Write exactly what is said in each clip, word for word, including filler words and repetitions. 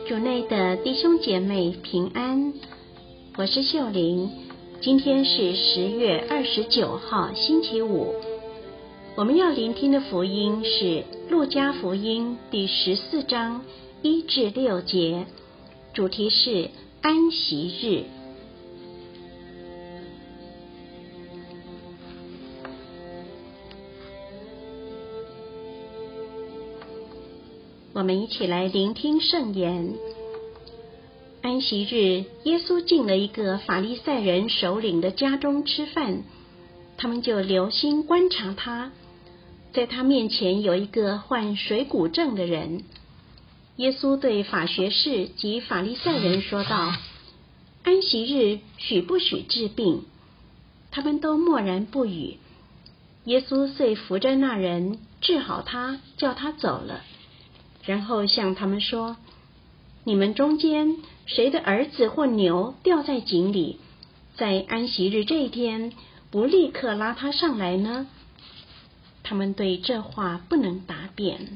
主内的弟兄姐妹平安，我是秀玲。今天是十月二十九号星期五，我们要聆听的福音是路加福音第十四章一至六节，主题是安息日。我们一起来聆听圣言。安息日，耶稣进了一个法利赛人首领的家中吃饭，他们就留心观察他。在他面前有一个患水谷症的人。耶稣对法学士及法利赛人说道：安息日许不许治病？他们都默然不语。耶稣遂扶着那人，治好他，叫他走了。然后向他们说：你们中间谁的儿子或牛掉在井里，在安息日这一天不立刻拉他上来呢？他们对这话不能答辩。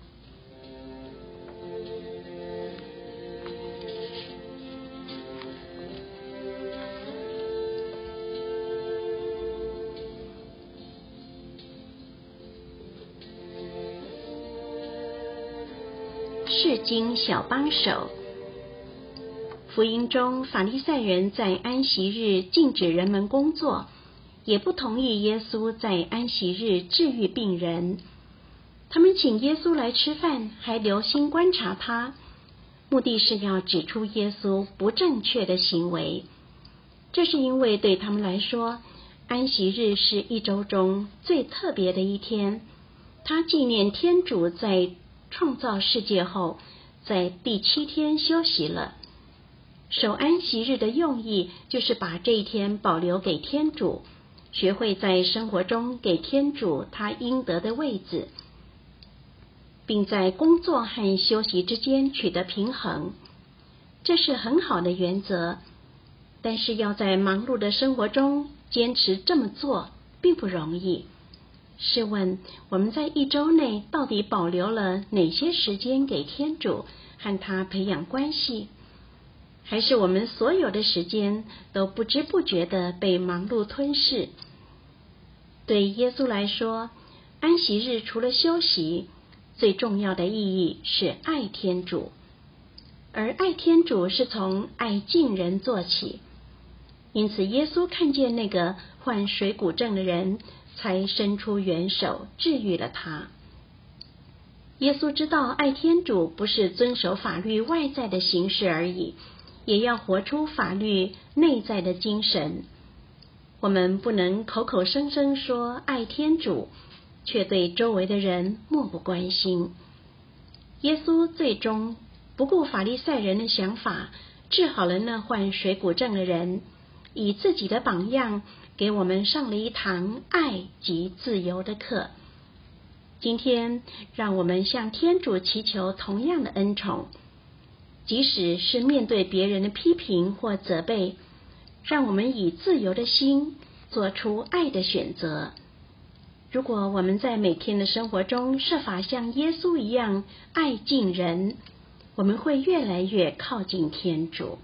释经小帮手。福音中，法利赛人在安息日禁止人们工作，也不同意耶稣在安息日治愈病人。他们请耶稣来吃饭，还留心观察他，目的是要指出耶稣不正确的行为。这是因为对他们来说，安息日是一周中最特别的一天，它纪念天主在创造世界后，在第七天休息了。守安息日的用意就是把这一天保留给天主，学会在生活中给天主他应得的位置，并在工作和休息之间取得平衡。这是很好的原则，但是要在忙碌的生活中坚持这么做并不容易。试问我们在一周内到底保留了哪些时间给天主和他培养关系？还是我们所有的时间都不知不觉地被忙碌吞噬？对耶稣来说，安息日除了休息，最重要的意义是爱天主。而爱天主是从爱近人做起，因此耶稣看见那个患水谷症的人，才伸出援手治愈了他。耶稣知道爱天主不是遵守法律外在的形式而已，也要活出法律内在的精神。我们不能口口声声说爱天主，却对周围的人漠不关心。耶稣最终不顾法利赛人的想法，治好了那患水谷症的人，以自己的榜样给我们上了一堂爱及自由的课。今天让我们向天主祈求同样的恩宠，即使是面对别人的批评或责备，让我们以自由的心做出爱的选择。如果我们在每天的生活中设法像耶稣一样爱近人，我们会越来越靠近天主。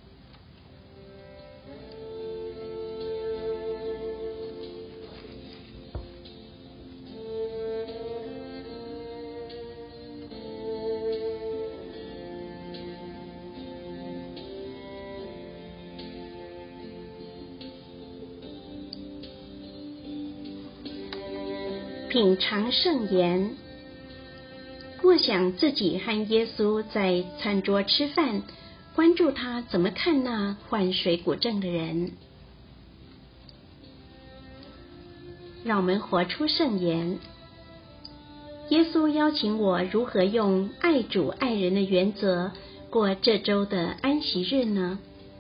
品尝圣言，默想自己和耶稣在餐桌吃饭，关注他怎么看那患水谷症的人。让我们活出圣言。耶稣邀请我如何用爱主爱人的原则过这周的安息日呢？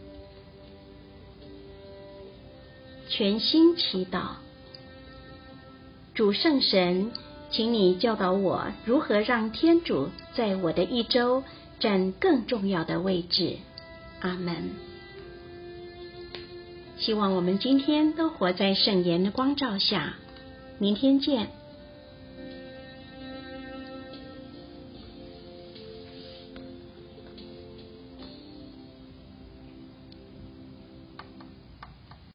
全心祈祷。主圣神，请你教导我如何让天主在我的一周占更重要的位置。阿们。希望我们今天都活在圣言的光照下。明天见。